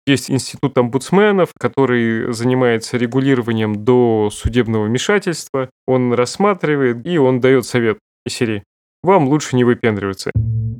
Есть институт омбудсменов, который занимается регулированием до судебного вмешательства. Он рассматривает, и он дает совет из серии: вам лучше не выпендриваться.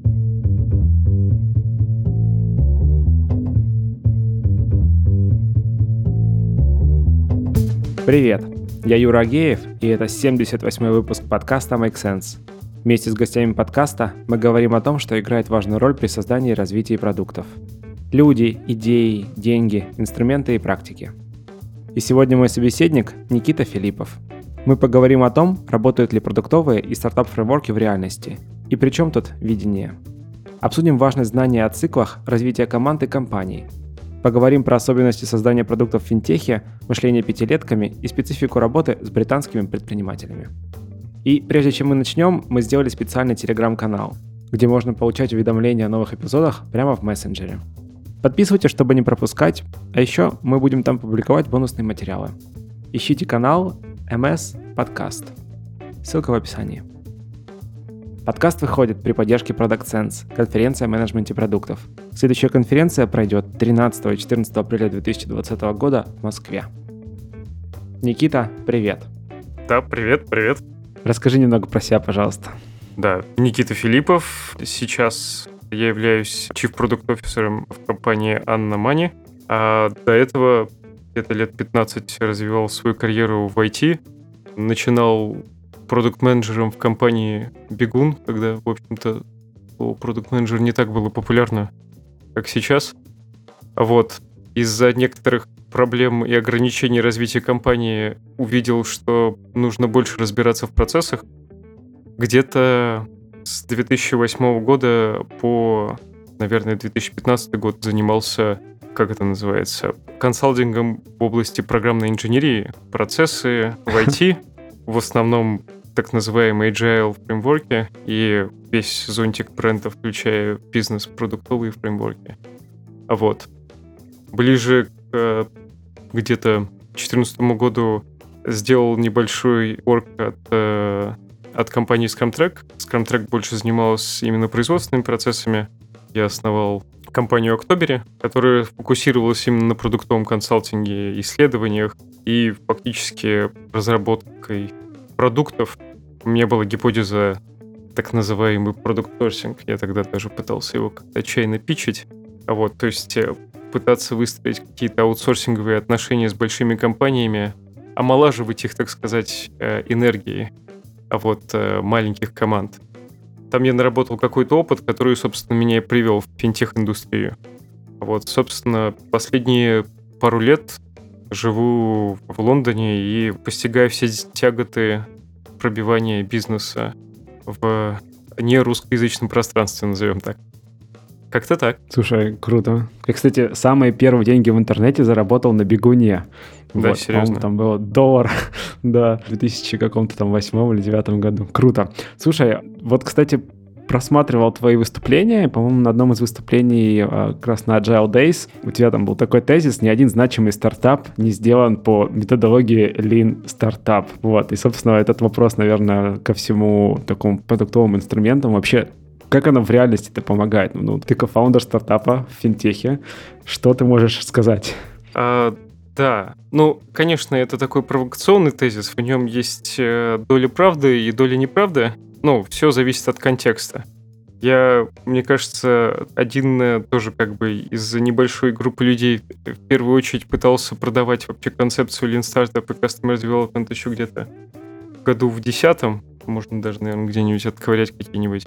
Привет, я Юра Агеев, и это 78-й выпуск подкаста Make Sense. Вместе с гостями подкаста мы говорим о том, что играет важную роль при создании и развитии продуктов. Люди, идеи, деньги, инструменты и практики. И сегодня мой собеседник Никита Филиппов. Мы поговорим о том, работают ли продуктовые и стартап-фреймворки в реальности, и при чем тут видение. Обсудим важность знания о циклах развития команд и компаний. Поговорим про особенности создания продуктов в финтехе, мышление пятилетками и специфику работы с британскими предпринимателями. И прежде чем мы начнем, мы сделали специальный телеграм-канал, где можно получать уведомления о новых эпизодах прямо в мессенджере. Подписывайтесь, чтобы не пропускать, а еще мы будем там публиковать бонусные материалы. Ищите канал MS Podcast. Ссылка в описании. Подкаст выходит при поддержке Product Sense, конференция о менеджменте продуктов. Следующая конференция пройдет 13 и 14 апреля 2020 года в Москве. Никита, привет. Да, привет. Расскажи немного про себя, пожалуйста. Да, Никита Филиппов. Сейчас я являюсь Chief Product Officer в компании Anna Money. А до этого где-то лет 15 развивал свою карьеру в IT. Начинал продукт-менеджером в компании Бегун, когда, в общем-то, продукт-менеджер не так было популярно, как сейчас. Вот. Из-за некоторых проблем и ограничений развития компании увидел, что нужно больше разбираться в процессах. Где-то с 2008 года по, наверное, 2015 год занимался, как это называется, консалтингом в области программной инженерии, процессы в IT, в основном так называемые agile фреймворки и весь зонтик бренда, включая бизнес-продуктовые фреймворки. Вот. Ближе к где-то 2014 году сделал небольшой орг от компании ScrumTrack. ScrumTrack больше занималась именно производственными процессами. Я основал компанию October, которая фокусировалась именно на продуктовом консалтинге, исследованиях и фактически разработкой продуктов. У меня была гипотеза так называемый продукт-сорсинг. Я тогда даже пытался его как-то отчаянно питчить. Вот, то есть пытаться выстроить какие-то аутсорсинговые отношения с большими компаниями, омолаживать их, так сказать, энергией маленьких команд. Там я наработал какой-то опыт, который, собственно, меня и привел в финтех-индустрию. Вот, собственно, последние пару лет живу в Лондоне и постигаю все тяготы пробивания бизнеса в нерусскоязычном пространстве, назовем так. Как-то так. Слушай, круто. Я, кстати, самые первые деньги в интернете заработал на Бегуне. Да, вот, серьезно? Там было $1, да, в 2008 или 2009 году. Круто. Слушай, вот, кстати, просматривал твои выступления, по-моему, на одном из выступлений как раз на Agile Days у тебя там был такой тезис: ни один значимый стартап не сделан по методологии Lean Startup. Вот, и, собственно, этот вопрос, наверное, ко всему такому продуктовым инструментам вообще. Как оно в реальности-то помогает? Ну, ты кофаундер стартапа в финтехе. Что ты можешь сказать? Да. Ну, конечно, это такой провокационный тезис. В нем есть доля правды и доля неправды. Ну, все зависит от контекста. Я, мне кажется, один тоже как бы из небольшой группы людей в первую очередь пытался продавать вообще концепцию Lean Startup и Customer Development еще где-то в году в 10-м. Можно даже, наверное, где-нибудь отковырять какие-нибудь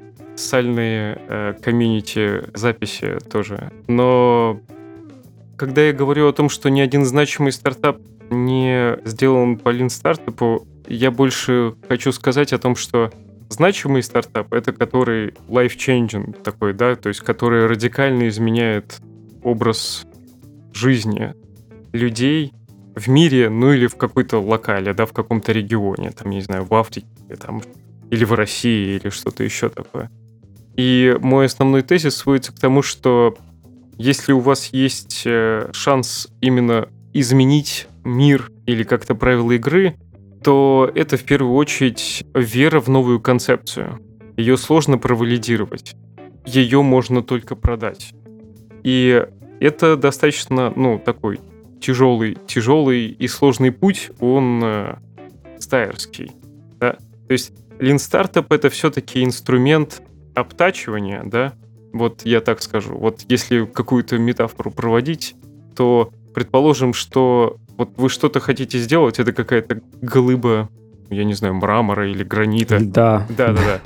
сальные комьюнити записи тоже. Но когда я говорю о том, что ни один значимый стартап не сделан по Lean Startup, я больше хочу сказать о том, что значимый стартап — это который life-changing такой, да, то есть который радикально изменяет образ жизни людей в мире, ну или в какой-то локале, да, в каком-то регионе, там, не знаю, в Африке, там, или в России, или что-то еще такое. И мой основной тезис сводится к тому, что если у вас есть шанс именно изменить мир или как-то правила игры, то это в первую очередь вера в новую концепцию. Ее сложно провалидировать. Ее можно только продать. И это достаточно, такой тяжелый и сложный путь, он стайерский. Да? То есть Lean Startup — это все-таки инструмент обтачивания, да? Вот я так скажу. Вот если какую-то метафору проводить, то предположим, что вот вы что-то хотите сделать, это какая-то глыба, я не знаю, мрамора или гранита. Да. Да.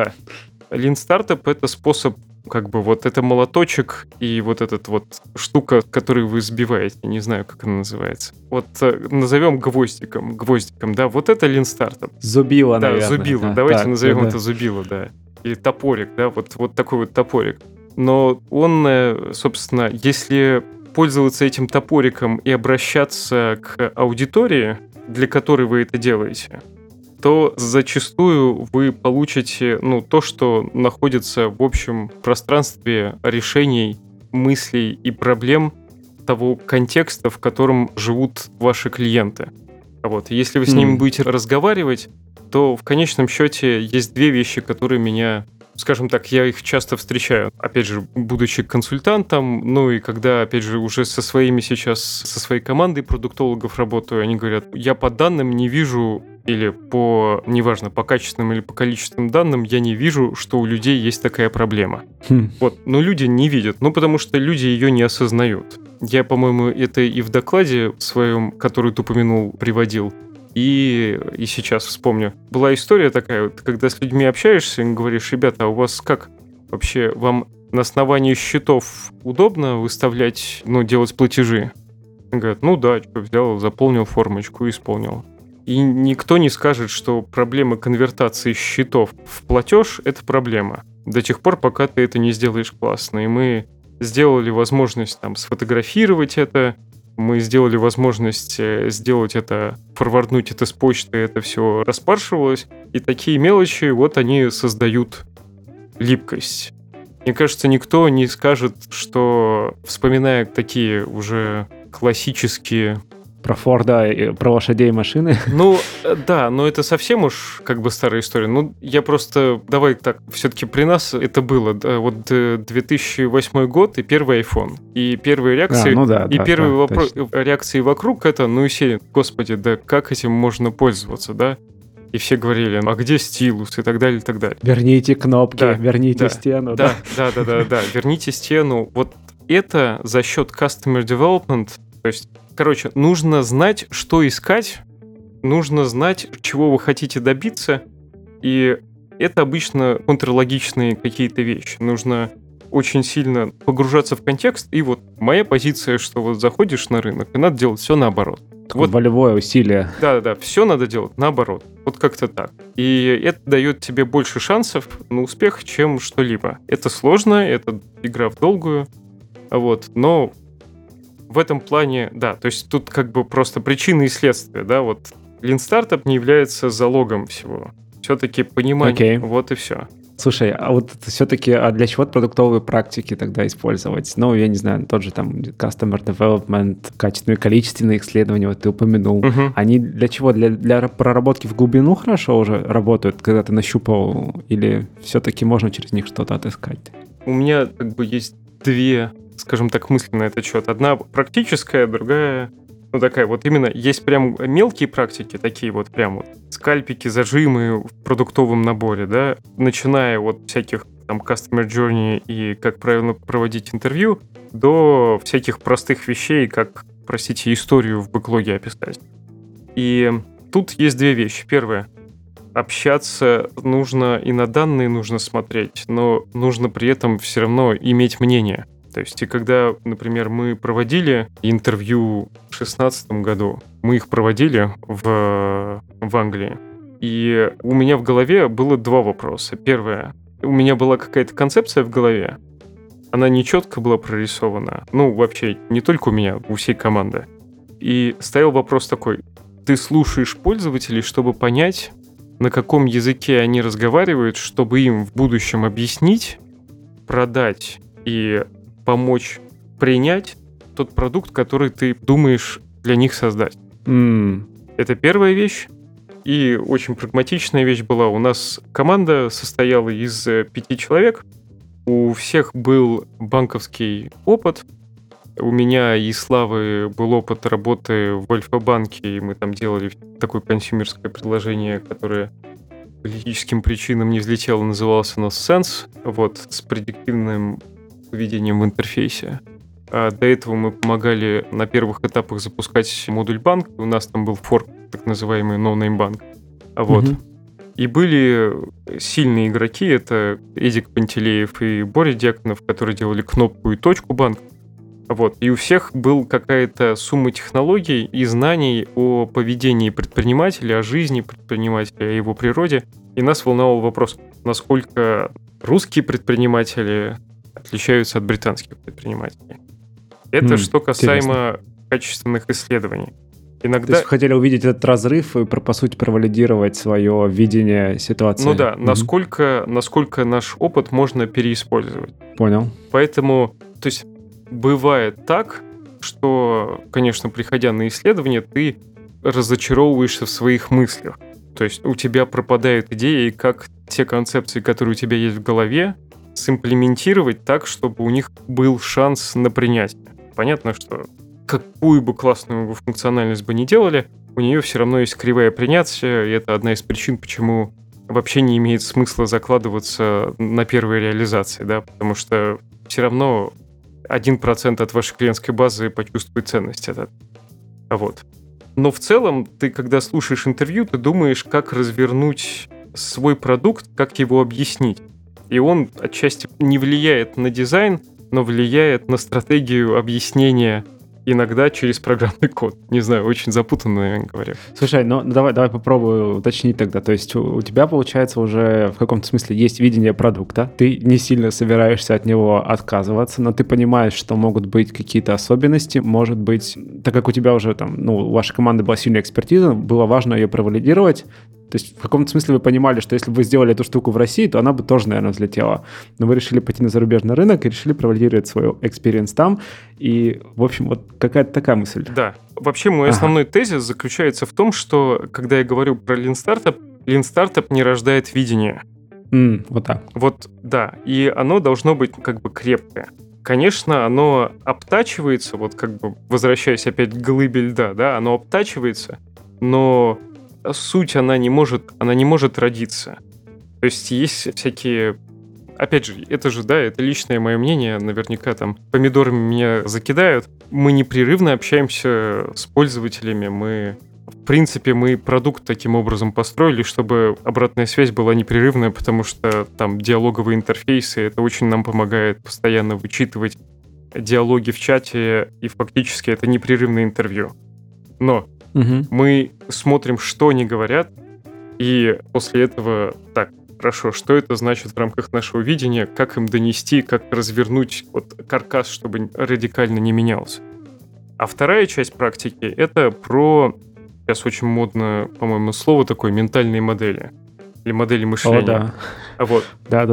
Lean Startup — это способ, вот это молоточек и вот этот вот штука, которую вы сбиваете, не знаю, как она называется. Вот назовем гвоздиком, да, вот это Lean Startup. Зубило, да, наверное. Зубило, давайте назовем это зубило, да. Или топорик, да, вот такой вот топорик. Но он, собственно, если пользоваться этим топориком и обращаться к аудитории, для которой вы это делаете, то зачастую вы получите, то, что находится в общем пространстве решений, мыслей и проблем того контекста, в котором живут ваши клиенты. Если вы с ними будете разговаривать, то в конечном счете есть две вещи, которые меня, скажем так, я их часто встречаю. Опять же, будучи консультантом, и когда, опять же, уже со своей командой продуктологов работаю, они говорят, я по данным не вижу, или неважно, по качественным или по количественным данным, я не вижу, что у людей есть такая проблема. Но люди не видят, потому что люди ее не осознают. Я, по-моему, это и в докладе своем, который ты упомянул, приводил, и сейчас вспомню. Была история такая, когда с людьми общаешься и говоришь, ребята, а у вас как вообще, вам на основании счетов удобно выставлять, делать платежи? Они говорят, взял, заполнил формочку и исполнил. И никто не скажет, что проблема конвертации счетов в платеж — это проблема. До тех пор, пока ты это не сделаешь классно. И мы сделали возможность сфотографировать это, мы сделали возможность сделать это, форварднуть это с почты, это все распаршивалось. И такие мелочи, они создают липкость. Мне кажется, никто не скажет, что, вспоминая такие уже классические... Про Форда и про лошадей и машины. Да, но это совсем уж старая история. Я просто... Давай так, все-таки при нас это было. Да, 2008 год и первый iPhone. И первые реакции... реакции вокруг это, и серия, господи, да как этим можно пользоваться, да? И все говорили, а где стилус и так далее, и так далее. Верните кнопки, верните стену. Да, верните стену. Вот это за счет Customer Development, то есть нужно знать, что искать, нужно знать, чего вы хотите добиться, и это обычно контрлогичные какие-то вещи. Нужно очень сильно погружаться в контекст, и моя позиция, что заходишь на рынок, и надо делать все наоборот. Волевое усилие. Да, все надо делать наоборот. Как-то так. И это дает тебе больше шансов на успех, чем что-либо. Это сложно, это игра в долгую, но в этом плане, да, то есть тут просто причины и следствия, да, Lean Startup не является залогом всего. Все-таки понимание, и все. Слушай, а все-таки для чего продуктовые практики тогда использовать? Я не знаю, тот же Customer Development, качественные и количественные исследования, ты упомянул. Они для чего? Для проработки в глубину хорошо уже работают, когда ты нащупал, или все-таки можно через них что-то отыскать? У меня есть две, скажем так, мысли на этот счет. Одна практическая, другая, такая именно есть прям мелкие практики, такие прям скальпики, зажимы в продуктовом наборе, да, начиная от всяких customer journey и как правильно проводить интервью, до всяких простых вещей, как, историю в бэклоге описать. И тут есть две вещи. Первое. Общаться нужно и на данные нужно смотреть, но нужно при этом все равно иметь мнение. То есть, и когда, например, мы проводили интервью в 2016 году, мы их проводили в Англии, и у меня в голове было два вопроса. Первое. У меня была какая-то концепция в голове, она не четко была прорисована. Вообще, не только у меня, у всей команды. И стоял вопрос такой. Ты слушаешь пользователей, чтобы понять, на каком языке они разговаривают, чтобы им в будущем объяснить, продать и помочь принять тот продукт, который ты думаешь для них создать. Это первая вещь. И очень прагматичная вещь была. У нас команда состояла из 5 человек. У всех был банковский опыт. У меня и Славы был опыт работы в Альфа-банке, и мы там делали такое консюмерское приложение, которое по политическим причинам не взлетело, называлось оно Sense, вот, с предиктивным поведением в интерфейсе. А до этого мы помогали на первых этапах запускать модуль банк. У нас там был форк, так называемый No-Name банк. Вот. И были сильные игроки, это Эдик Пантелеев и Боря Дьяконов, которые делали кнопку и точку банк. Вот. И у всех была какая-то сумма технологий и знаний о поведении предпринимателя, о жизни предпринимателя, о его природе. И нас волновал вопрос, насколько русские предприниматели отличаются от британских предпринимателей. Это что касаемо качественных исследований. Иногда... То есть вы хотели увидеть этот разрыв и, по сути, провалидировать свое видение ситуации. Ну да, насколько наш опыт можно переиспользовать. Понял. Поэтому, то есть, бывает так, что, конечно, приходя на исследование, ты разочаровываешься в своих мыслях. То есть у тебя пропадают идеи, как те концепции, которые у тебя есть в голове, симплементировать так, чтобы у них был шанс на принятие. Понятно, что какую бы классную функциональность бы ни делали, у нее все равно есть кривая принятия, и это одна из причин, почему вообще не имеет смысла закладываться на первой реализации, да, потому что все равно 1% от вашей клиентской базы почувствует ценность от этого. Вот. Но в целом, ты, когда слушаешь интервью, ты думаешь, как развернуть свой продукт, как его объяснить. И он отчасти не влияет на дизайн, но влияет на стратегию объяснения иногда через программный код. Не знаю, очень запутанно, наверное, говоря. Слушай, ну давай попробую уточнить тогда. То есть у тебя, получается, уже в каком-то смысле есть видение продукта. Ты не сильно собираешься от него отказываться, но ты понимаешь, что могут быть какие-то особенности. Может быть, так как у тебя уже там, у вашей команды была сильная экспертиза, было важно ее провалидировать. То есть в каком-то смысле вы понимали, что если бы вы сделали эту штуку в России, то она бы тоже, наверное, взлетела. Но вы решили пойти на зарубежный рынок и решили провалидировать свой экспириенс там. И, в общем, вот какая-то такая мысль. Да. Вообще мой основной тезис заключается в том, что, когда я говорю про Lean Startup не рождает видение. Вот так. Вот, да. И оно должно быть как бы крепкое. Конечно, оно обтачивается, вот как бы возвращаясь опять к глыбе льда, да, оно обтачивается, но суть, она не может родиться. То есть есть всякие... Опять же, это личное мое мнение, наверняка там помидорами меня закидают. Мы непрерывно общаемся с пользователями, в принципе, мы продукт таким образом построили, чтобы обратная связь была непрерывная, потому что там диалоговые интерфейсы, это очень нам помогает постоянно вычитывать диалоги в чате, и фактически это непрерывное интервью. Но мы смотрим, что они говорят, и после этого, так, хорошо, что это значит в рамках нашего видения, как им донести, как развернуть каркас, чтобы радикально не менялся. А вторая часть практики — это про, сейчас очень модно, по-моему, слово такое, ментальные модели. Или модели мышления. О, да. Вот. Да.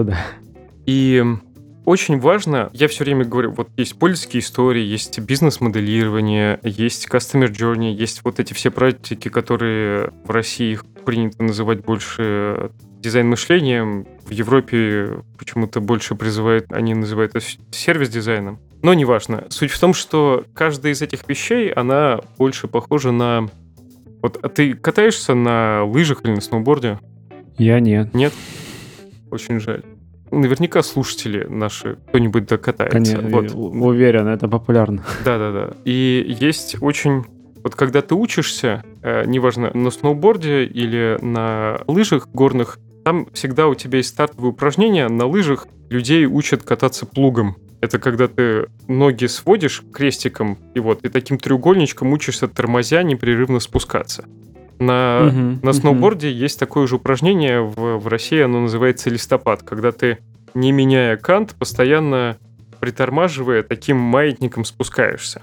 И очень важно, я все время говорю, вот есть пользовательские истории, есть бизнес-моделирование, есть customer journey, есть вот эти все практики, которые в России их принято называть больше дизайн-мышлением. В Европе почему-то больше они называют это сервис-дизайном. Но неважно. Суть в том, что каждая из этих вещей, она больше похожа на... Вот, а ты катаешься на лыжах или на сноуборде? Я нет. Нет? Очень жаль. Наверняка слушатели наши, кто-нибудь докатается. Конечно, уверен, это популярно. Да. И есть очень... Вот когда ты учишься, неважно, на сноуборде или на лыжах горных, там всегда у тебя есть стартовые упражнения. На лыжах людей учат кататься плугом. Это когда ты ноги сводишь крестиком, и таким треугольничком учишься, тормозя, непрерывно спускаться. На сноуборде есть такое же упражнение, в России оно называется листопад, когда ты, не меняя кант, постоянно притормаживая, таким маятником спускаешься.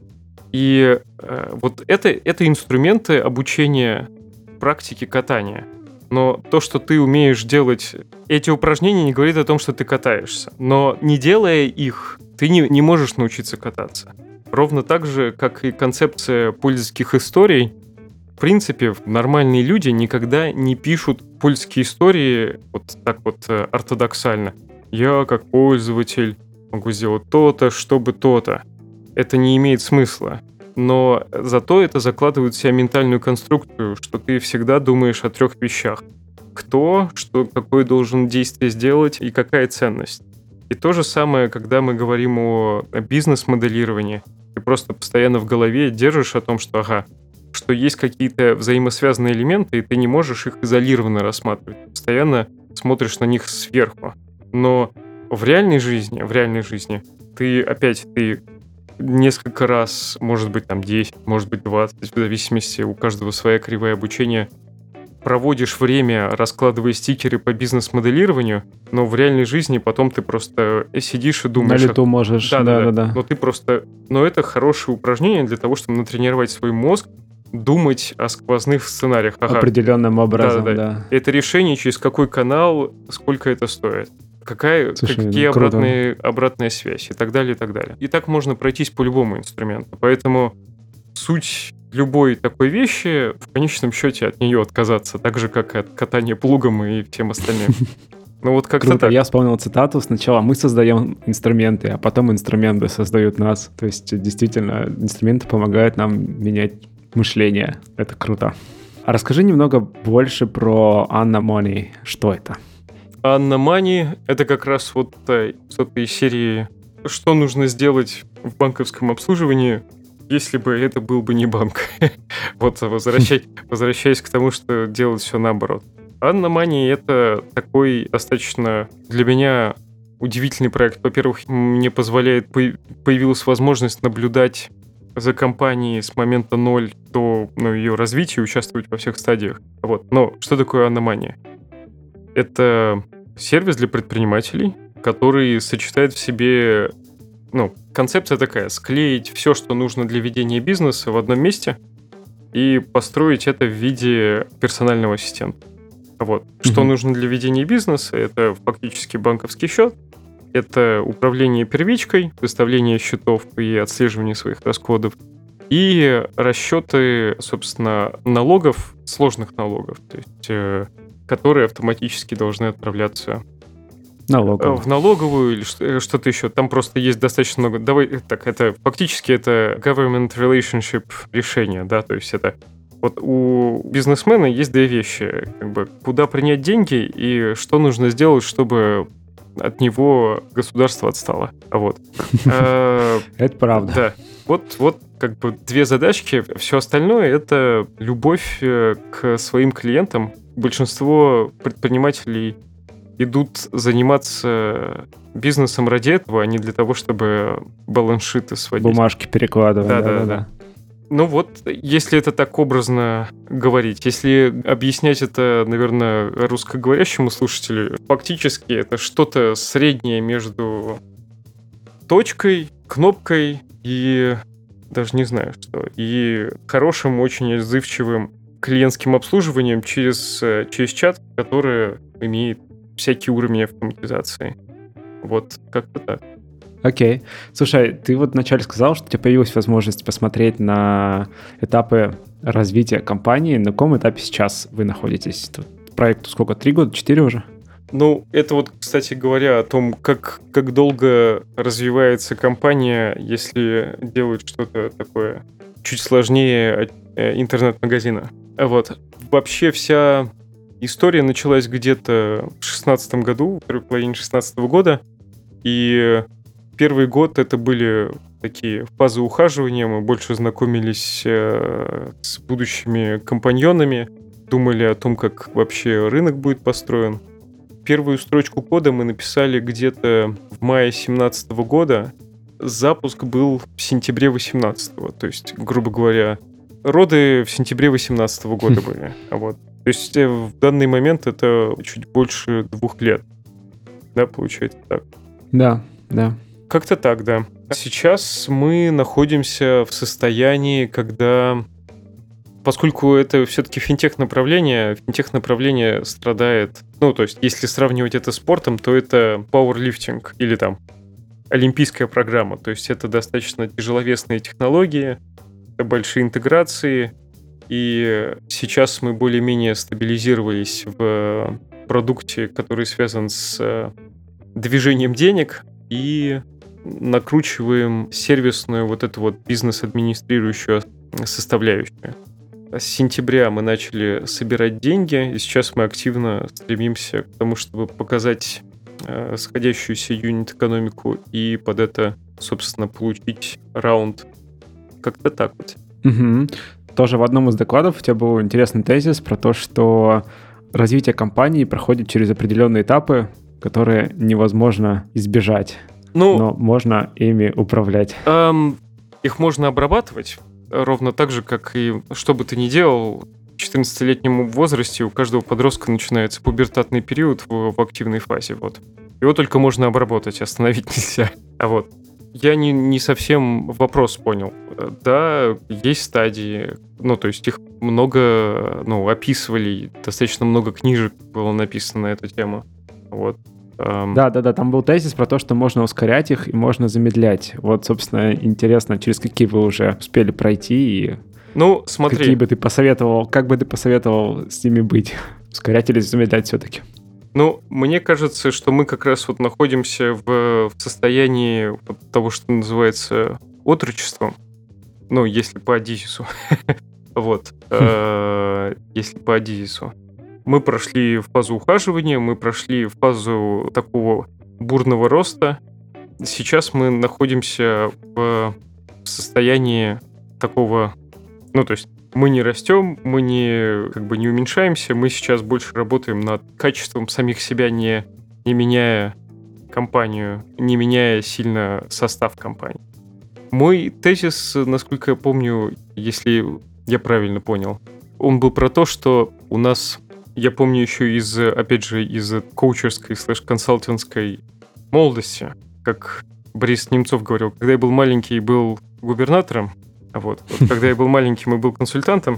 И вот это инструменты обучения практики катания. Но то, что ты умеешь делать эти упражнения, не говорит о том, что ты катаешься. Но не делая их, ты не можешь научиться кататься. Ровно так же, как и концепция пользовательских историй. В принципе, нормальные люди никогда не пишут пользовательские истории вот так вот ортодоксально. Я, как пользователь, могу сделать то-то, чтобы то-то. это не имеет смысла. Но зато это закладывает в себя ментальную конструкцию, что ты всегда думаешь о 3 вещах. Кто, что, какое должен действие сделать и какая ценность. И то же самое, когда мы говорим о бизнес-моделировании. Ты просто постоянно в голове держишь о том, что что есть какие-то взаимосвязанные элементы, и ты не можешь их изолированно рассматривать. Ты постоянно смотришь на них сверху. Но в реальной жизни ты несколько раз, может быть, 10, может быть, 20, в зависимости, у каждого своя кривая обучения, проводишь время, раскладывая стикеры по бизнес-моделированию, но в реальной жизни потом ты просто сидишь и думаешь... На лету можешь, да. Но это хорошее упражнение для того, чтобы натренировать свой мозг, думать о сквозных сценариях. Определенным образом, да. Это решение, через какой канал, сколько это стоит. Какие обратная связь и так далее, и так далее. И так можно пройтись по любому инструменту. Поэтому суть любой такой вещи, в конечном счете, от нее отказаться, так же, как и от катания плугом и всем остальным. Ну вот как-то Круто, так. я вспомнил цитату. Сначала мы создаем инструменты, а потом инструменты создают нас. То есть, действительно, инструменты помогают нам менять мышление. Это круто. А расскажи немного больше про Anna Money. Что это? Anna Money — это как раз вот что-то из серии «Что нужно сделать в банковском обслуживании, если бы это был бы не банк?» Вот возвращаясь к тому, что делать все наоборот. Anna Money — это такой достаточно для меня удивительный проект. Во-первых, мне появилась возможность наблюдать за компанией с момента 0 до ее развития, участвовать во всех стадиях. Вот. Но что такое Anna Money? Это сервис для предпринимателей, который сочетает в себе... концепция такая: склеить все, что нужно для ведения бизнеса в одном месте и построить это в виде персонального ассистента. Вот. Что нужно для ведения бизнеса? Это фактически банковский счет, это управление первичкой, выставление счетов и отслеживание своих расходов, и расчеты, собственно, налогов, сложных налогов, то есть, которые автоматически должны отправляться в налоговую или что-то еще. Там просто есть достаточно много... это government relationship решение, да, то есть это... Вот у бизнесмена есть 2 вещи. Куда принять деньги и что нужно сделать, чтобы от него государство отстало. Вот. Это правда. Да. Вот 2 задачки. Все остальное — это любовь к своим клиентам. Большинство предпринимателей идут заниматься бизнесом ради этого, а не для того, чтобы баланс-шиты сводить. Бумажки перекладывать. Да. Ну вот, если это так образно говорить, если объяснять это, наверное, русскоговорящему слушателю, фактически это что-то среднее между точкой, кнопкой и даже не знаю что, и хорошим, очень отзывчивым клиентским обслуживанием через чат, который имеет всякий уровень автоматизации. Вот, как-то так. Окей. Слушай, ты вот вначале сказал, что у тебя появилась возможность посмотреть на этапы развития компании. На каком этапе сейчас вы находитесь? Тут проекту сколько? 3 года? 4 уже? Это вот, кстати говоря, о том, как долго развивается компания, если делать что-то такое чуть сложнее интернет-магазина. Вот. Вообще вся история началась где-то в 2016 году, в второй половине 2016 года, и первый год это были такие фазы ухаживания, мы больше знакомились с будущими компаньонами, думали о том, как вообще рынок будет построен. Первую строчку кода мы написали где-то в мае 2017 года, запуск был в сентябре 2018, то есть, грубо говоря, роды в сентябре 2018 года были. Вот. То есть в данный момент это чуть больше 2 лет. Да, получается так? Да. Как-то так, да. Сейчас мы находимся в состоянии, когда... Поскольку это все-таки финтех-направление страдает... то есть если сравнивать это с спортом, то это пауэрлифтинг или там олимпийская программа. То есть это достаточно тяжеловесные технологии, это большие интеграции, и сейчас мы более-менее стабилизировались в продукте, который связан с движением денег и накручиваем сервисную вот эту вот бизнес-администрирующую составляющую. С сентября мы начали собирать деньги, и сейчас мы активно стремимся к тому, чтобы показать сходящуюся юнит-экономику и под это, собственно, получить раунд. Как-то так вот. Угу. Тоже в одном из докладов у тебя был интересный тезис про то, что развитие компании проходит через определенные этапы, которые невозможно избежать, но можно ими управлять. Их можно обрабатывать, ровно так же, как и что бы ты ни делал. В 14-летнем возрасте у каждого подростка начинается пубертатный период в активной фазе. Вот. Его только можно обработать, остановить нельзя. А вот. Я не совсем вопрос понял. Да, есть стадии, то есть их много, описывали, достаточно много книжек было написано на эту тему. Вот. Да, там был тезис про то, что можно ускорять их и можно замедлять. Вот, собственно, интересно, через какие вы уже успели пройти и смотри. Как бы ты посоветовал с ними быть? Ускорять или замедлять все-таки? Мне кажется, что мы как раз вот находимся в состоянии вот того, что называется отрочеством. Если по Одиссису. Вот. Если по Одиссису. Мы прошли фазу ухаживания, мы прошли фазу такого бурного роста. Сейчас мы находимся в состоянии такого... то есть мы не растем, мы не уменьшаемся, мы сейчас больше работаем над качеством самих себя, не меняя компанию, не меняя сильно состав компании. Мой тезис, насколько я помню, если я правильно понял, он был про то, что у нас, я помню еще из коучерской /консалтинской молодости, как Борис Немцов говорил, когда я был маленький и был губернатором, вот когда я был маленьким и был консультантом,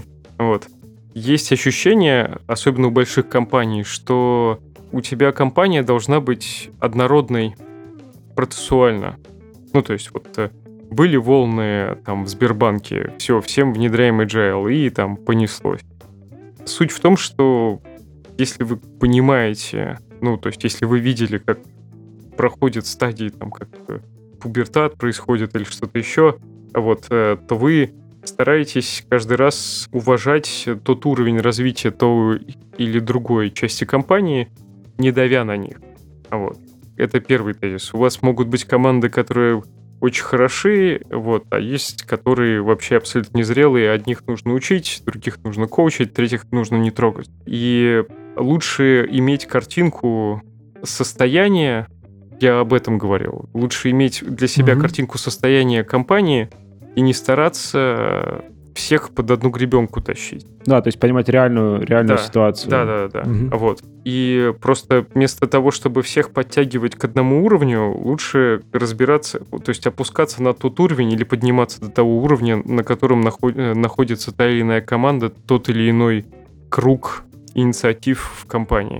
есть ощущение, особенно у больших компаний, что у тебя компания должна быть однородной процессуально. То есть были волны там в Сбербанке, всем внедряем Agile, и там понеслось. Суть в том, что если вы понимаете, то есть если вы видели, как проходят стадии, там, как пубертат происходит или что-то еще, то вы стараетесь каждый раз уважать тот уровень развития той или другой части компании, не давя на них. Это первый тезис. У вас могут быть команды, которые очень хороши, а есть, которые вообще абсолютно незрелые. Одних нужно учить, других нужно коучить, третьих нужно не трогать. И лучше иметь картинку состояния, я об этом говорил, лучше иметь для себя картинку состояния компании и не стараться всех под одну гребенку тащить. Да, то есть понимать реальную ситуацию. Да. И просто вместо того, чтобы всех подтягивать к одному уровню, лучше разбираться, то есть опускаться на тот уровень или подниматься до того уровня, на котором находится та или иная команда, тот или иной круг инициатив в компании.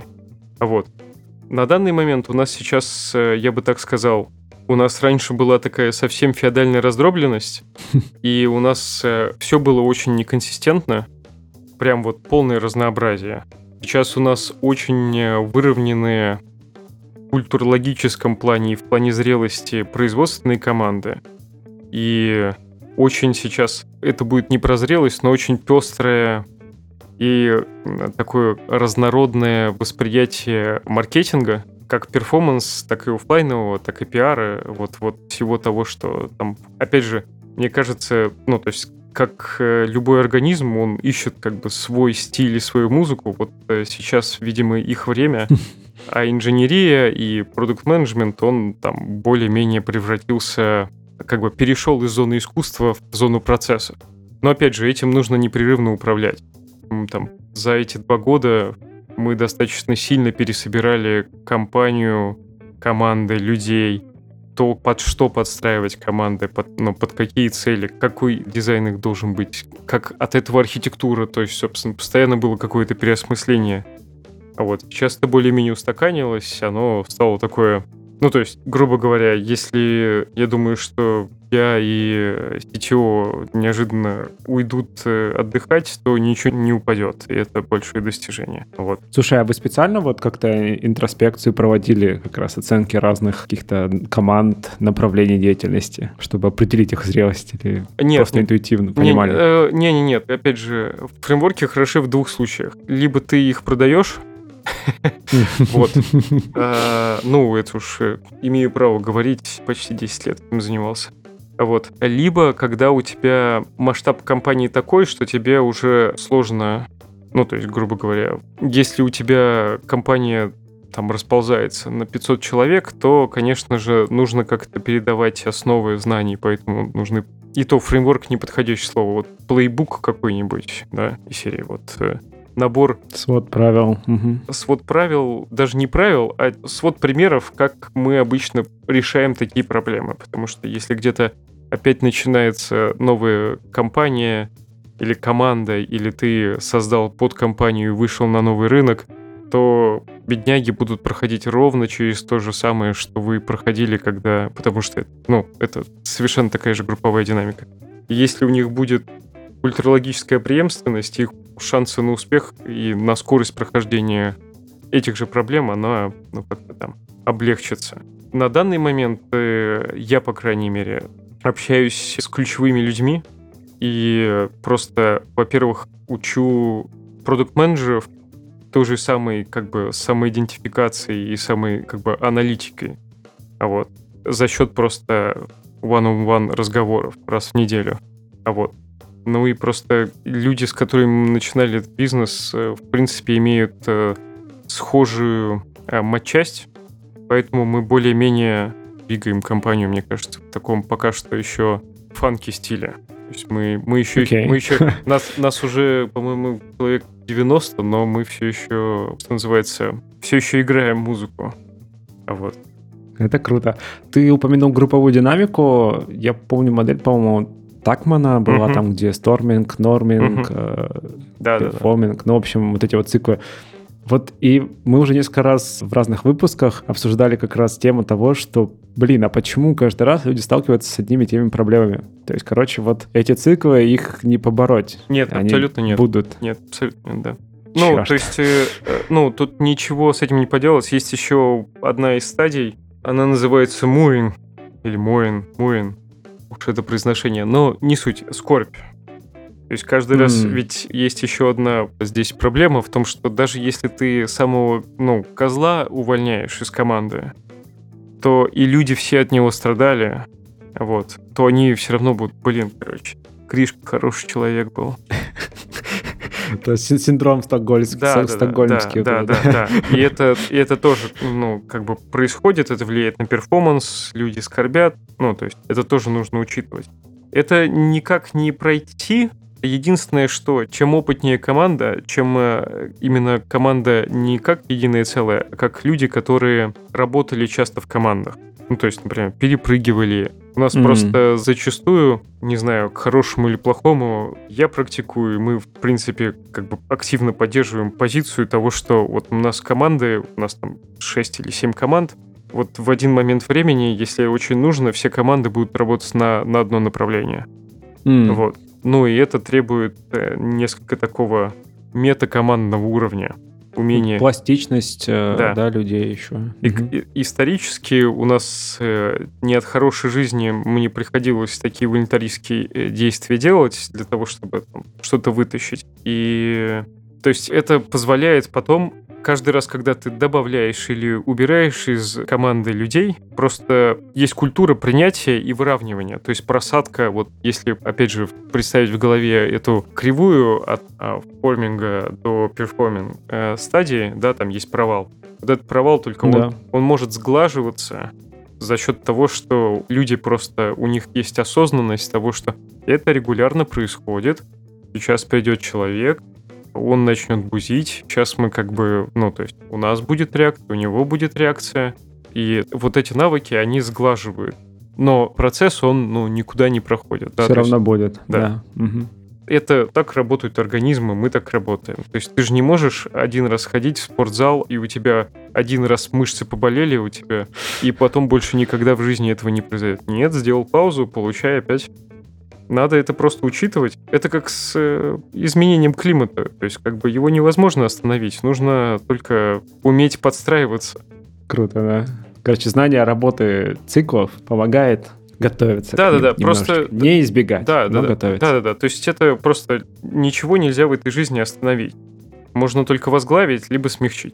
На данный момент у нас сейчас, я бы так сказал, у нас раньше была такая совсем феодальная раздробленность, и у нас все было очень неконсистентно, прям полное разнообразие. Сейчас у нас очень выровненные в культурологическом плане и в плане зрелости производственные команды. И очень сейчас, это будет не про зрелость, но очень пестрое и такое разнородное восприятие маркетинга, как перформанс, так и офлайнового, так и пиара, всего того, что там, опять же, мне кажется, то есть, как любой организм, он ищет свой стиль и свою музыку, сейчас, видимо, их время, а инженерия и продукт-менеджмент, он там более-менее превратился, перешел из зоны искусства в зону процесса. Но, опять же, этим нужно непрерывно управлять. Там, за эти 2 года мы достаточно сильно пересобирали компанию, команды, людей, то, под что подстраивать команды, под какие цели, какой дизайн их должен быть, как от этого архитектура, то есть, собственно, постоянно было какое-то переосмысление. Сейчас это более-менее устаканилось, оно стало такое Ну, то есть, грубо говоря, если я думаю, что я и CTO неожиданно уйдут отдыхать, то ничего не упадет, и это большое достижение. Вот. Слушай, а вы специально вот как-то интроспекцию проводили, как раз оценки разных каких-то команд, направлений деятельности, чтобы определить их зрелость или просто интуитивно понимали? Нет. Опять же, фреймворки хороши в двух случаях. Либо ты их продаешь, вот. Ну, это уж имею право говорить, почти 10 лет этим занимался. Вот. Либо когда у тебя масштаб компании такой, что тебе уже сложно, ну, то есть, грубо говоря, если у тебя компания там расползается на 500 человек, то, конечно же, нужно как-то передавать основы знаний, поэтому нужны... И то фреймворк неподходящее слово. Вот плейбук какой-нибудь, да, из серии вот... Набор... Свод правил. Свод правил, даже не правил, а свод примеров, как мы обычно решаем такие проблемы. Потому что если где-то опять начинается новая компания или команда, или ты создал подкомпанию и вышел на новый рынок, то бедняги будут проходить ровно через то же самое, что вы проходили, когда... Потому что, ну, это совершенно такая же групповая динамика. И если у них будет ультралогическая преемственность, их шансы на успех и на скорость прохождения этих же проблем, она, ну, как-то там облегчится. На данный момент я, по крайней мере, общаюсь с ключевыми людьми и просто, во-первых, учу продукт-менеджеров той же самой, как бы, самоидентификацией и самой, как бы, аналитикой. Вот. За счет просто one-on-one разговоров раз в неделю. Вот. Ну и просто люди, с которыми мы начинали этот бизнес, в принципе, имеют схожую матчасть, поэтому мы более-менее двигаем компанию, мне кажется, в таком пока что еще фанки стиле. То есть мы еще нас уже, по-моему, человек 90, но мы все еще, что называется, все еще играем музыку. Вот. Это круто. Ты упомянул групповую динамику. Я помню модель, по-моему, Такмана была там, где сторминг, норминг, перформинг, ну, в общем, вот эти вот циклы. Вот и мы уже несколько раз в разных выпусках обсуждали как раз тему того, что, а почему каждый раз люди сталкиваются с одними и теми проблемами? То есть, короче, вот эти циклы, их не побороть. Нет, они абсолютно нет. Будут. Нет, абсолютно нет, да. Ну, то есть, тут ничего с этим не поделать. Есть еще одна из стадий, она называется mooring, или mooring. Уж это произношение, но не суть, скорбь. То есть каждый раз ведь есть еще одна здесь проблема в том, что даже если ты самого, козла увольняешь из команды, то и люди все от него страдали, вот, то они все равно будут, Кришка хороший человек был. Это синдром стокгольмский. Да. И это тоже, происходит, это влияет на перформанс, люди скорбят, то есть это тоже нужно учитывать. Это никак не пройти. Единственное, что чем опытнее команда, чем именно команда не как единое целое, а как люди, которые работали часто в командах. То есть, например, перепрыгивали. У нас просто зачастую, не знаю, к хорошему или плохому, я практикую, мы, в принципе, активно поддерживаем позицию того, что вот у нас команды, у нас там 6 или 7 команд, вот в один момент времени, если очень нужно, все команды будут работать на одно направление. Вот. Ну и это требует несколько такого метакомандного уровня. Умение. Пластичность, людей еще. Исторически у нас не от хорошей жизни мне приходилось такие волонтаристские действия делать для того, чтобы что-то вытащить. И то есть это позволяет потом каждый раз, когда ты добавляешь или убираешь из команды людей, просто есть культура принятия и выравнивания. То есть просадка, вот если, опять же, представить в голове эту кривую от форминга до перформинг стадии, да, там есть провал. Вот этот провал только он может сглаживаться за счет того, что люди просто, у них есть осознанность того, что это регулярно происходит. Сейчас придет человек, он начнет бузить, сейчас мы то есть у нас будет реакция, у него будет реакция, и вот эти навыки, они сглаживают. Но процесс, он, никуда не проходит. Все равно будет, да. это так работают организмы, мы так работаем. То есть ты же не можешь один раз ходить в спортзал, и у тебя один раз мышцы поболели у тебя, и потом больше никогда в жизни этого не произойдет. Нет, сделал паузу, получай опять. Надо это просто учитывать. Это как с изменением климата. То есть как бы его невозможно остановить. Нужно только уметь подстраиваться. Круто, да. Короче, знание работы циклов помогает готовиться. Да, просто не избегать, но готовиться. Да. То есть это просто ничего нельзя в этой жизни остановить. Можно только возглавить, либо смягчить.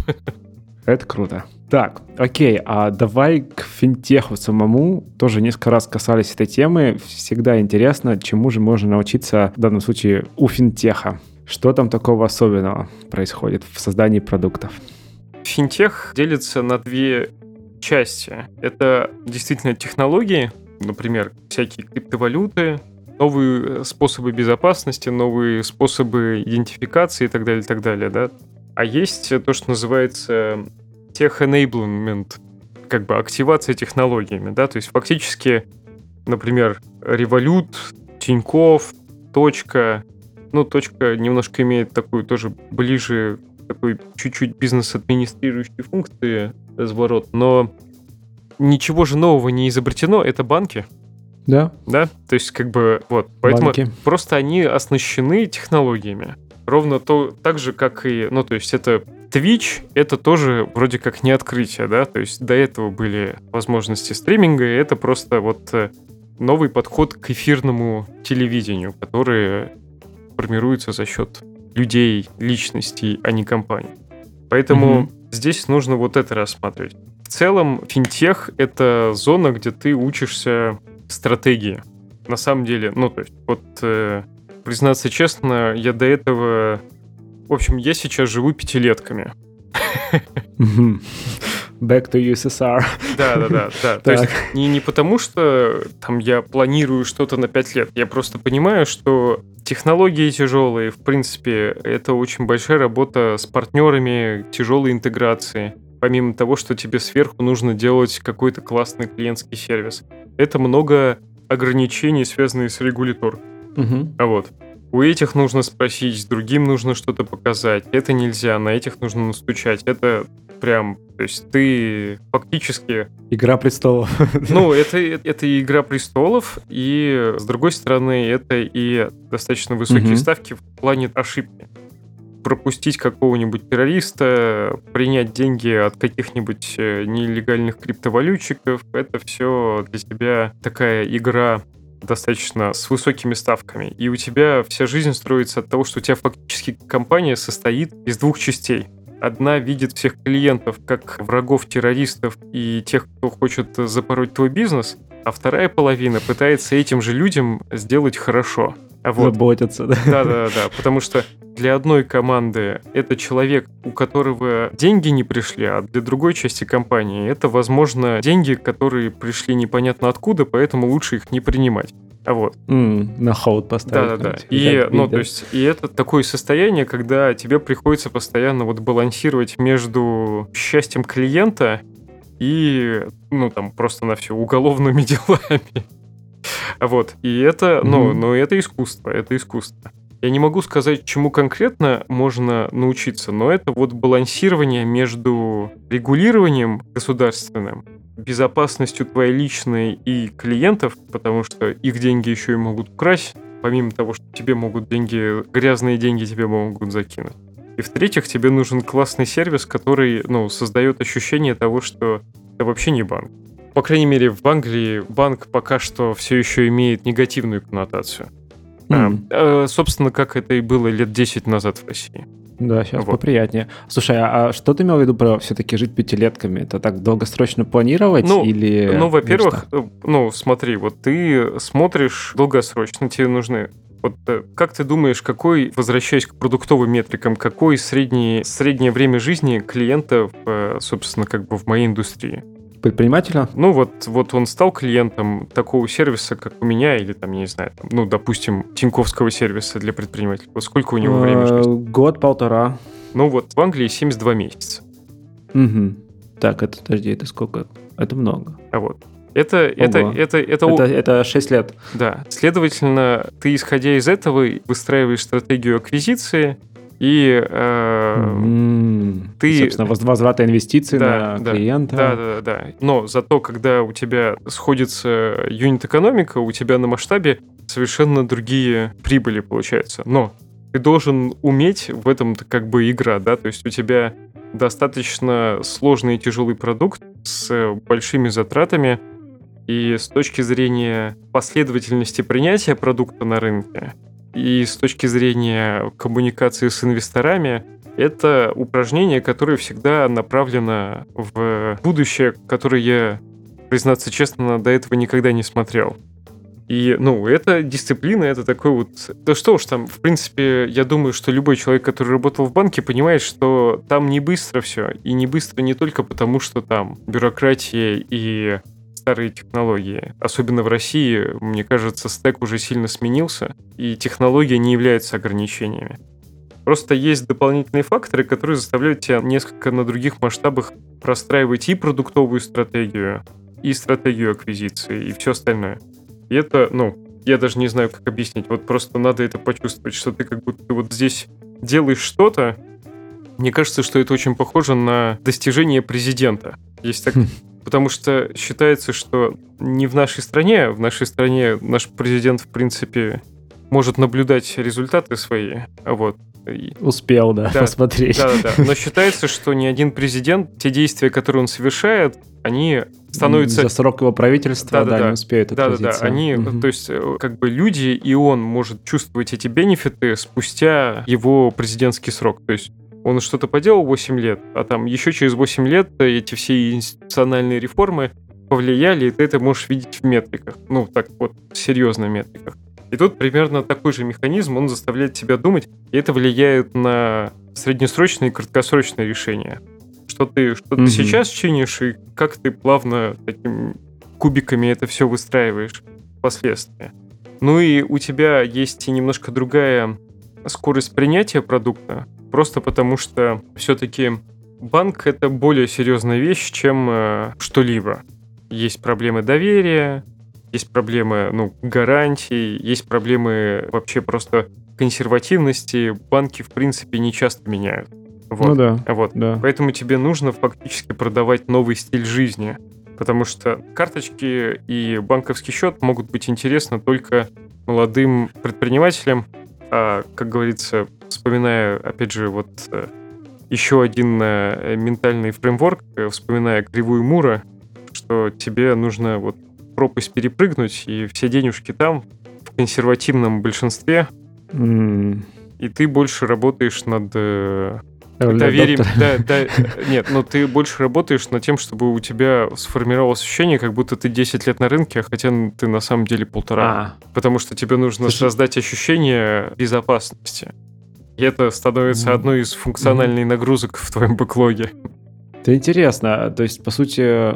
Это круто. Так, окей, а давай к финтеху самому. Тоже несколько раз касались этой темы. Всегда интересно, чему же можно научиться в данном случае у финтеха. Что там такого особенного происходит в создании продуктов? Финтех делится на две части. Это действительно технологии, например, всякие криптовалюты, новые способы безопасности, новые способы идентификации и так далее, да. А есть то, что называется tech-enablement, как бы активация технологиями, да, то есть фактически, например, Revolut, Тинькофф, Точка, Точка немножко имеет такую тоже ближе, такой чуть-чуть бизнес-администрирующей функции разворот, но ничего же нового не изобретено, это банки. Да. Да, то есть как бы вот, поэтому банки. Просто они оснащены технологиями. Ровно так же, как и, то есть это Twitch, это тоже вроде как не открытие, да, то есть до этого были возможности стриминга, и это просто вот новый подход к эфирному телевидению, который формируется за счет людей, личностей, а не компаний. Поэтому здесь нужно вот это рассматривать. В целом, финтех — это зона, где ты учишься стратегии. На самом деле, то есть вот... признаться честно, я до этого... В общем, я сейчас живу пятилетками. Back to USSR. Да. То есть не потому, что там я планирую что-то на 5 лет. Я просто понимаю, что технологии тяжелые. В принципе, это очень большая работа с партнерами, тяжелые интеграции. Помимо того, что тебе сверху нужно делать какой-то классный клиентский сервис. Это много ограничений, связанных с регуляторикой. А вот. У этих нужно спросить, с другим нужно что-то показать. Это нельзя, на этих нужно настучать. Это прям, то есть ты фактически... Игра престолов. Это Игра престолов, и с другой стороны, это и достаточно высокие ставки в плане ошибки. Пропустить какого-нибудь террориста, принять деньги от каких-нибудь нелегальных криптовалютчиков, это все для тебя такая игра достаточно с высокими ставками. И у тебя вся жизнь строится от того, что у тебя фактически компания состоит из двух частей. Одна видит всех клиентов как врагов, террористов и тех, кто хочет запороть твой бизнес, а вторая половина пытается этим же людям сделать хорошо. Заботятся, да? Да, потому что для одной команды это человек, у которого деньги не пришли, а для другой части компании это, возможно, деньги, которые пришли непонятно откуда, поэтому лучше их не принимать. На холд поставить. Да. И это такое состояние, когда тебе приходится постоянно балансировать между счастьем клиента и, просто на все уголовными делами. И это, это искусство, Я не могу сказать, чему конкретно можно научиться, но это балансирование между регулированием государственным, безопасностью твоей личной и клиентов, потому что их деньги еще и могут украсть, помимо того, что тебе могут грязные деньги тебе могут закинуть. И в-третьих, тебе нужен классный сервис, который, создает ощущение того, что это вообще не банк. По крайней мере, в Англии банк пока что все еще имеет негативную коннотацию. Собственно, как это и было лет 10 назад в России. Да, сейчас поприятнее. Слушай, а что ты имел в виду про все-таки жить пятилетками? Это так долгосрочно планировать или... Во-первых, смотри, ты смотришь долгосрочно, тебе нужны... как ты думаешь, возвращаясь к продуктовым метрикам, какое среднее время жизни клиента, собственно, в моей индустрии? Предпринимателя? Он стал клиентом такого сервиса, как у меня, или я не знаю, допустим, тиньковского сервиса для предпринимателей. Сколько у него времени жизни? Год-полтора. В Англии 72 месяца. Так, подожди, это сколько? Это много. Это 6 лет. Да. Следовательно, ты, исходя из этого, выстраиваешь стратегию аквизиции, и ты... Собственно, возврата инвестиций на клиента. Да. Но зато, когда у тебя сходится юнит-экономика, у тебя на масштабе совершенно другие прибыли получаются. Но ты должен уметь в этом как бы игра, да, то есть у тебя достаточно сложный и тяжелый продукт с большими затратами, и с точки зрения последовательности принятия продукта на рынке, и с точки зрения коммуникации с инвесторами, это упражнение, которое всегда направлено в будущее, которое я, признаться честно, до этого никогда не смотрел. И, это дисциплина, это такой вот... Да что уж там, в принципе, я думаю, что любой человек, который работал в банке, понимает, что там не быстро все. И не быстро не только потому, что там бюрократия и старые технологии. Особенно в России, мне кажется, стэк уже сильно сменился, и технология не является ограничениями. Просто есть дополнительные факторы, которые заставляют тебя несколько на других масштабах простраивать и продуктовую стратегию, и стратегию аквизиции, и все остальное. И это, я даже не знаю, как объяснить. Вот просто надо это почувствовать, что ты как будто вот здесь делаешь что-то. Мне кажется, что это очень похоже на достижение президента. Есть так... Потому что считается, что не в нашей стране наш президент, в принципе, может наблюдать результаты свои. Вот. Успел, посмотреть. Да. Но считается, что ни один президент, те действия, которые он совершает, они становятся... За срок его правительства, не успеют отразиться. Да. Они, то есть, как бы люди, и он может чувствовать эти бенефиты спустя его президентский срок. То есть он что-то поделал 8 лет, а там еще через 8 лет эти все институциональные реформы повлияли, и ты это можешь видеть в метриках. Так вот, серьезно в метриках. И тут примерно такой же механизм, он заставляет тебя думать, и это влияет на среднесрочные и краткосрочные решения. Что ты сейчас чинишь, и как ты плавно такими кубиками это все выстраиваешь впоследствии. И у тебя есть и немножко другая скорость принятия продукта, просто потому что все-таки банк — это более серьезная вещь, чем что-либо. Есть проблемы доверия, есть проблемы гарантий, есть проблемы вообще просто консервативности. Банки, в принципе, не часто меняют. Вот. Да. Поэтому тебе нужно фактически продавать новый стиль жизни. Потому что карточки и банковский счет могут быть интересны только молодым предпринимателям. А, как говорится, вспоминая, опять же, еще один ментальный фреймворк, вспоминая кривую Мура, что тебе нужно пропасть перепрыгнуть, и все денежки там, в консервативном большинстве, и ты больше работаешь над доверием. Нет, ты больше работаешь над тем, чтобы у тебя сформировалось ощущение, как будто ты 10 лет на рынке, хотя ты на самом деле 1,5. Потому что тебе нужно создать ощущение безопасности. И это становится одной из функциональных нагрузок в твоем бэклоге. Это интересно. То есть, по сути,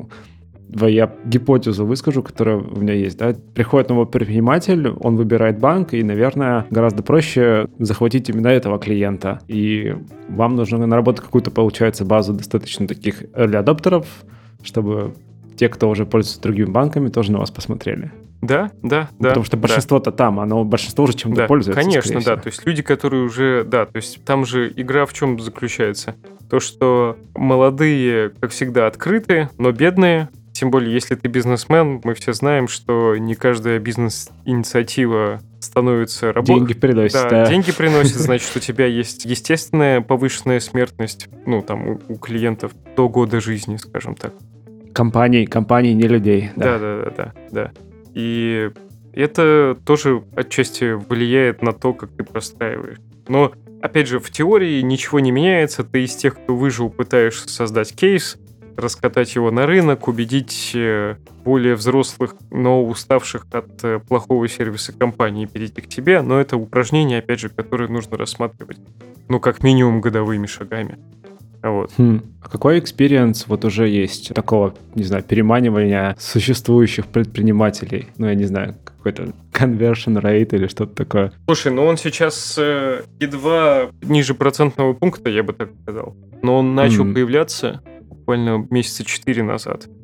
я гипотезу выскажу, которая у меня есть. Да? Приходит новый предприниматель, он выбирает банк, и, наверное, гораздо проще захватить именно этого клиента. И вам нужно наработать какую-то, получается, базу достаточно таких early адоптеров, чтобы те, кто уже пользуется другими банками, тоже на вас посмотрели. Да. Потому что большинство-то там, большинство уже чем-то пользуется. Конечно, да. То есть люди, которые уже... Да, то есть там же игра в чем заключается? То, что молодые, как всегда, открыты, но бедные. Тем более, если ты бизнесмен, мы все знаем, что не каждая бизнес-инициатива становится работой. Деньги приносит, да. Деньги приносит, значит, у тебя есть естественная повышенная смертность, у клиентов до года жизни, скажем так. Компаний, не людей. Да. И это тоже отчасти влияет на то, как ты простраиваешь. Но, опять же, в теории ничего не меняется. Ты из тех, кто выжил, пытаешься создать кейс, раскатать его на рынок, убедить более взрослых, но уставших от плохого сервиса компании перейти к тебе. Но это упражнение, опять же, которое нужно рассматривать, как минимум годовыми шагами. Вот. А какой экспириенс уже есть такого, не знаю, переманивания существующих предпринимателей? Я не знаю, какой-то conversion rate или что-то такое. Слушай, он сейчас едва ниже процентного пункта, я бы так сказал. Но он начал появляться буквально месяца 4 назад.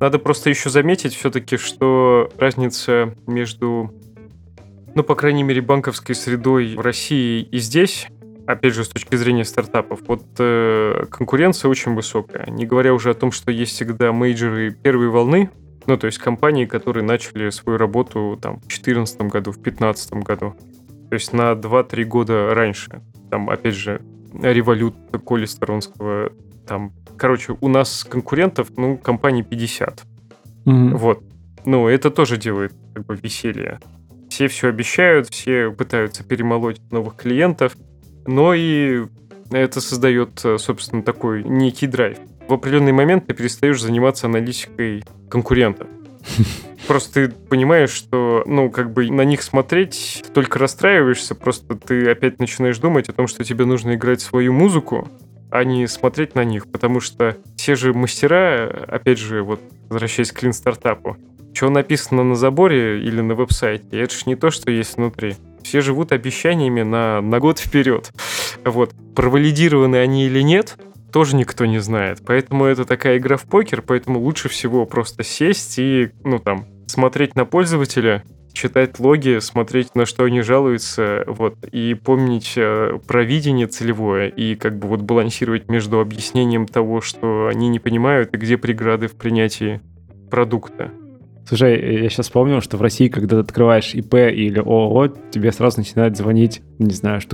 Надо просто еще заметить все-таки, что разница между, ну, по крайней мере, банковской средой в России и здесь, опять же, с точки зрения стартапов, вот конкуренция очень высокая. Не говоря уже о том, что есть всегда мейджоры первой волны, ну, то есть компании, которые начали свою работу там в 2014 году, в 2015 году. То есть на 2-3 года раньше. Там, опять же, Revolut, Коли Сторонского, там... Короче, у нас конкурентов, ну, компаний 50. Вот. Ну, это тоже делает как бы веселье. Все обещают, все пытаются перемолоть новых клиентов, но и это создает, собственно, такой некий драйв. В определенный момент ты перестаешь заниматься аналитикой конкурентов. Просто ты понимаешь, что, ну, как бы на них смотреть, ты только расстраиваешься, просто ты опять начинаешь думать о том, что тебе нужно играть свою музыку, а не смотреть на них, потому что все же мастера, опять же, вот возвращаясь к лин-стартапу, что написано на заборе или на веб-сайте, это же не то, что есть внутри. Все живут обещаниями на год вперед. Вот. Провалидированы они или нет, тоже никто не знает. Поэтому это такая игра в покер, поэтому лучше всего просто сесть и, ну, там, смотреть на пользователя, читать логи, смотреть, на что они жалуются, вот, и помнить про видение целевое, и как бы вот балансировать между объяснением того, что они не понимают, и где преграды в принятии продукта. Слушай, я сейчас вспомнил, что в России, когда ты открываешь ИП или ООО, тебе сразу начинают звонить, не знаю, штук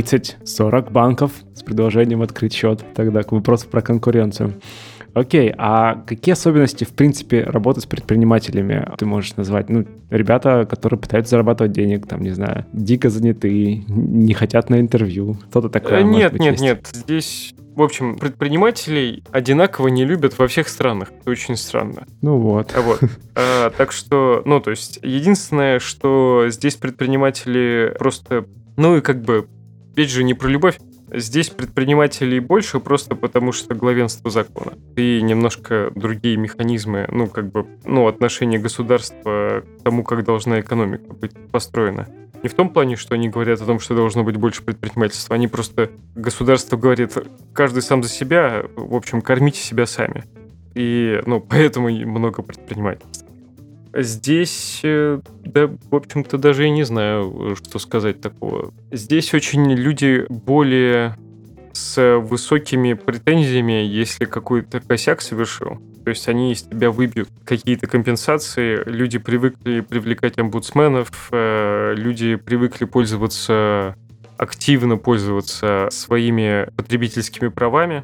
30-40 банков с предложением открыть счет. Тогда к вопросу про конкуренцию. Окей, а какие особенности, в принципе, работы с предпринимателями ты можешь назвать? Ну, ребята, которые пытаются зарабатывать денег, там, не знаю, дико заняты, не хотят на интервью, что-то такое. Нет. Здесь, в общем, предпринимателей одинаково не любят во всех странах. Это очень странно. Ну вот. Так что, ну, то есть, единственное, что здесь предприниматели просто, ну, и как бы, опять же, не про любовь. Здесь предпринимателей больше просто потому, что главенство закона. И немножко другие механизмы, ну, как бы, ну, отношение государства к тому, как должна экономика быть построена. Не в том плане, что они говорят о том, что должно быть больше предпринимательства. Они просто, государство говорит, каждый сам за себя, в общем, кормите себя сами. И, ну, поэтому много предпринимательства. Здесь, да, в общем-то, даже и не знаю, что сказать такого. Здесь очень люди более с высокими претензиями, если какой-то косяк совершил. То есть они из тебя выбьют какие-то компенсации. Люди привыкли привлекать омбудсменов, люди привыкли активно пользоваться своими потребительскими правами,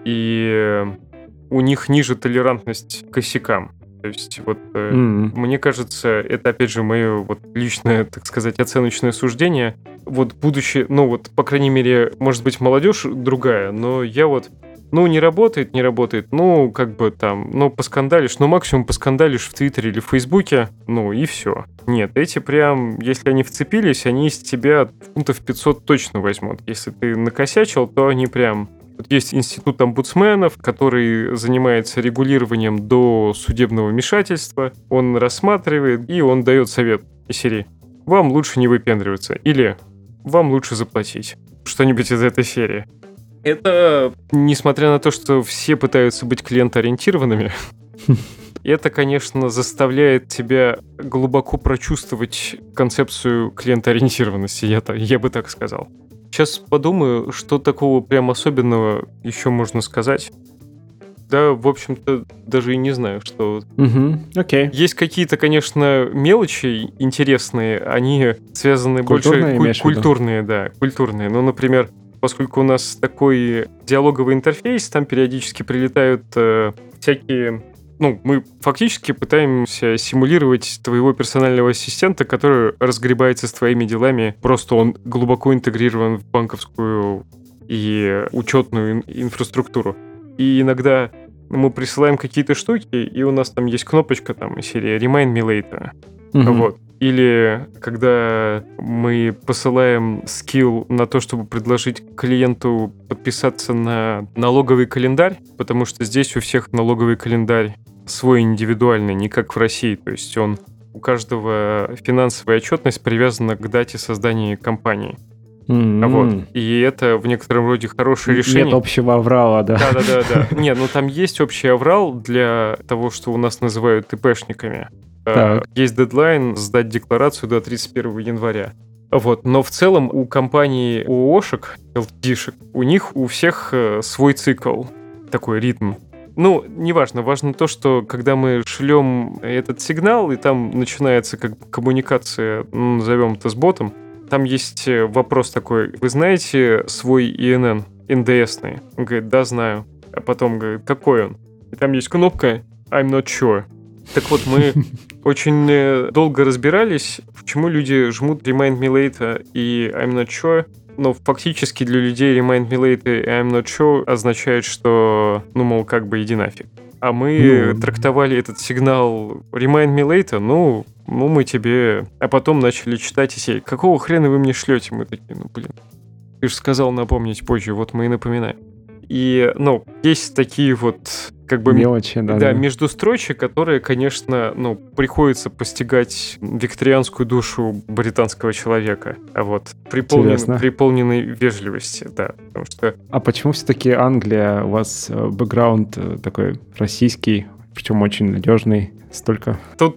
и у них ниже толерантность к косякам. То есть вот мне кажется, это опять же мое вот личное, так сказать, оценочное суждение. Вот будущее, ну вот, по крайней мере, может быть, молодежь другая, но я вот, ну, не работает, ну, как бы там, ну, поскандалишь, ну, максимум поскандалишь в Твиттере или в Фейсбуке, ну, и все. Нет, эти прям, если они вцепились, они из тебя фунтов 500 точно возьмут. Если ты накосячил, то они прям... Вот есть институт омбудсменов, который занимается регулированием до судебного вмешательства. Он рассматривает, и он дает совет из серии. Вам лучше не выпендриваться. Или вам лучше заплатить. Что-нибудь из этой серии. Это, несмотря на то, что все пытаются быть клиентоориентированными, это, конечно, заставляет тебя глубоко прочувствовать концепцию клиентоориентированности, я бы так сказал. Сейчас подумаю, что такого прям особенного еще можно сказать. Да, в общем-то, даже и не знаю, что... Окей. Есть какие-то, конечно, мелочи интересные, они связаны культурные, больше... Культурные. Ну, например, поскольку у нас такой диалоговый интерфейс, там периодически прилетают всякие... Ну, мы фактически пытаемся симулировать твоего персонального ассистента, который разгребается с твоими делами. Просто он глубоко интегрирован в банковскую и учетную инфраструктуру. И иногда мы присылаем какие-то штуки, и у нас там есть кнопочка там из серии «Remind me later». Вот. Или когда мы посылаем скилл на то, чтобы предложить клиенту подписаться на налоговый календарь, потому что здесь у всех налоговый календарь свой индивидуальный, не как в России. То есть у каждого финансовая отчетность привязана к дате создания компании. Вот. И это в некотором роде хорошее решение. Нет общего аврала, да? Да. Не, ну там есть общий аврал для того, что у нас называют ТПшниками. Есть дедлайн сдать декларацию до 31 января. Вот. Но в целом у компаний ООшек, LTD-шек, у них у всех свой цикл, такой ритм. Ну, неважно. Важно то, что когда мы шлем этот сигнал, и там начинается как бы коммуникация, назовем это с ботом, там есть вопрос такой: вы знаете свой ИНН, НДСный? Он говорит: да, знаю. А потом говорит: какой он? И там есть кнопка I'm not sure. Так вот, мы очень долго разбирались, почему люди жмут Remind Me Later и I'm not sure. Но фактически для людей Remind Me Later и I'm not sure означает, что, ну, мол, как бы иди нафиг. А мы трактовали этот сигнал Remind Me Later, ну, мы тебе... А потом начали читать и сеть. Какого хрена вы мне шлете? Мы такие: ну, блин, ты же сказал напомнить позже, вот мы и напоминаем. И, ну, есть такие вот, как бы... Мелочи, да. Да, междустрочия, которые, конечно, ну, приходится постигать викторианскую душу британского человека. А вот приполненной вежливости, да. Потому что... А почему все-таки Англия? У вас бэкграунд такой российский, причем очень надежный, столько... Тут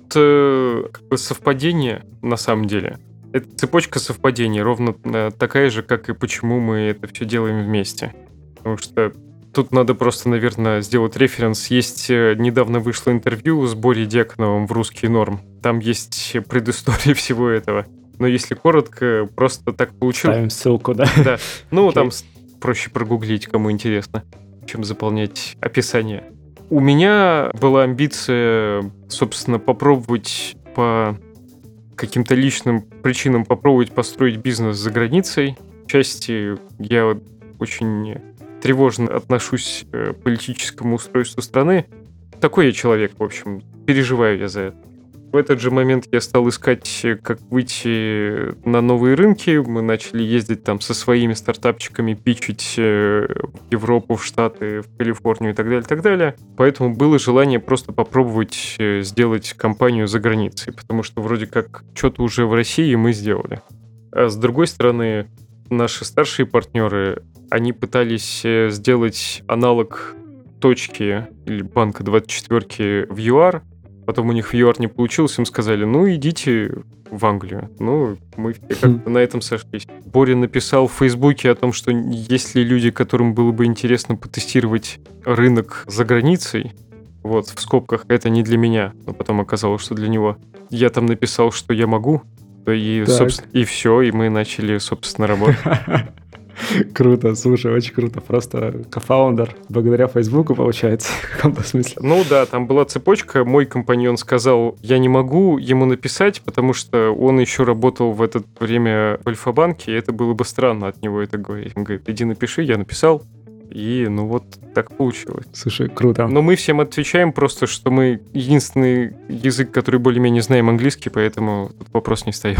как бы совпадение, на самом деле. Это цепочка совпадений, ровно такая же, как и почему мы это все делаем вместе. Потому что тут надо просто, наверное, сделать референс. Есть недавно вышло интервью с Борей Дьяконовым в «Русский норм». Там есть предыстория всего этого. Но если коротко, просто так получилось. Ставим ссылку, да? Да. Ну, там проще прогуглить, кому интересно, чем заполнять описание. У меня была амбиция, собственно, попробовать по каким-то личным причинам построить бизнес за границей. В части я очень тревожно отношусь к политическому устройству страны. Такой я человек, в общем, переживаю я за это. В этот же момент я стал искать, как выйти на новые рынки. Мы начали ездить там со своими стартапчиками, питчить в Европу, в Штаты, в Калифорнию и так далее, так далее. Поэтому было желание просто попробовать сделать компанию за границей, потому что вроде как что-то уже в России мы сделали. А с другой стороны, наши старшие партнеры, они пытались сделать аналог точки или банка 24 в ЮАР. Потом у них в ЮАР не получилось, им сказали: ну, идите в Англию. Ну, мы как-то на этом сошлись. Боря написал в Фейсбуке о том, что есть ли люди, которым было бы интересно потестировать рынок за границей. Вот, в скобках, это не для меня. Но потом оказалось, что для него. Я там написал, что я могу. И, собственно, и все, и мы начали, собственно, работать. Круто, слушай, очень круто. Просто кофаундер благодаря Фейсбуку, получается, в каком-то смысле. Ну да, там была цепочка. Мой компаньон сказал: я не могу ему написать, потому что он еще работал в это время в Альфа-банке, и это было бы странно от него это говорить. Он говорит: иди напиши, я написал. И ну вот так получилось. Слушай, круто. Но мы всем отвечаем просто, что мы единственный язык, который более-менее знаем, английский, поэтому тут вопрос не стоял.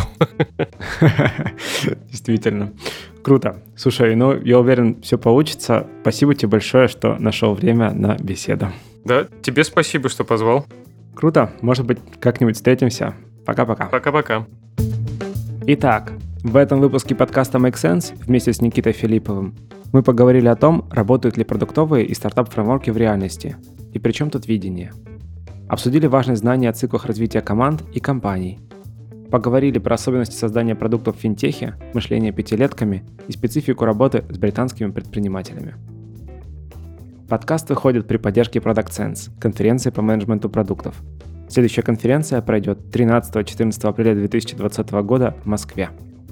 Действительно. Круто. Слушай, ну я уверен, все получится. Спасибо тебе большое, что нашел время на беседу. Да, тебе спасибо, что позвал. Круто. Может быть, как-нибудь встретимся. Пока-пока. Пока-пока. Итак, в этом выпуске подкаста Make Sense вместе с Никитой Филипповым мы поговорили о том, работают ли продуктовые и стартап-фреймворки в реальности, и при чем тут видение. Обсудили важность знания о циклах развития команд и компаний. Поговорили про особенности создания продуктов в финтехе, мышление пятилетками и специфику работы с британскими предпринимателями. Подкаст выходит при поддержке Product Sense, конференции по менеджменту продуктов. Следующая конференция пройдет 13-14 апреля 2020 года в Москве.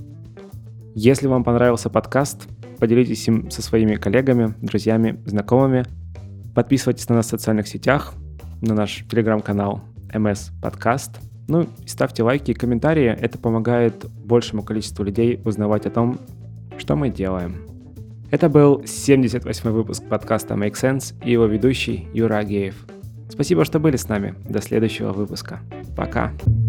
Если вам понравился подкаст, поделитесь им со своими коллегами, друзьями, знакомыми. Подписывайтесь на нас в социальных сетях, на наш телеграм-канал MS Podcast. Ну и ставьте лайки и комментарии. Это помогает большему количеству людей узнавать о том, что мы делаем. Это был 78-й выпуск подкаста Make Sense и его ведущий Юра Агеев. Спасибо, что были с нами. До следующего выпуска. Пока.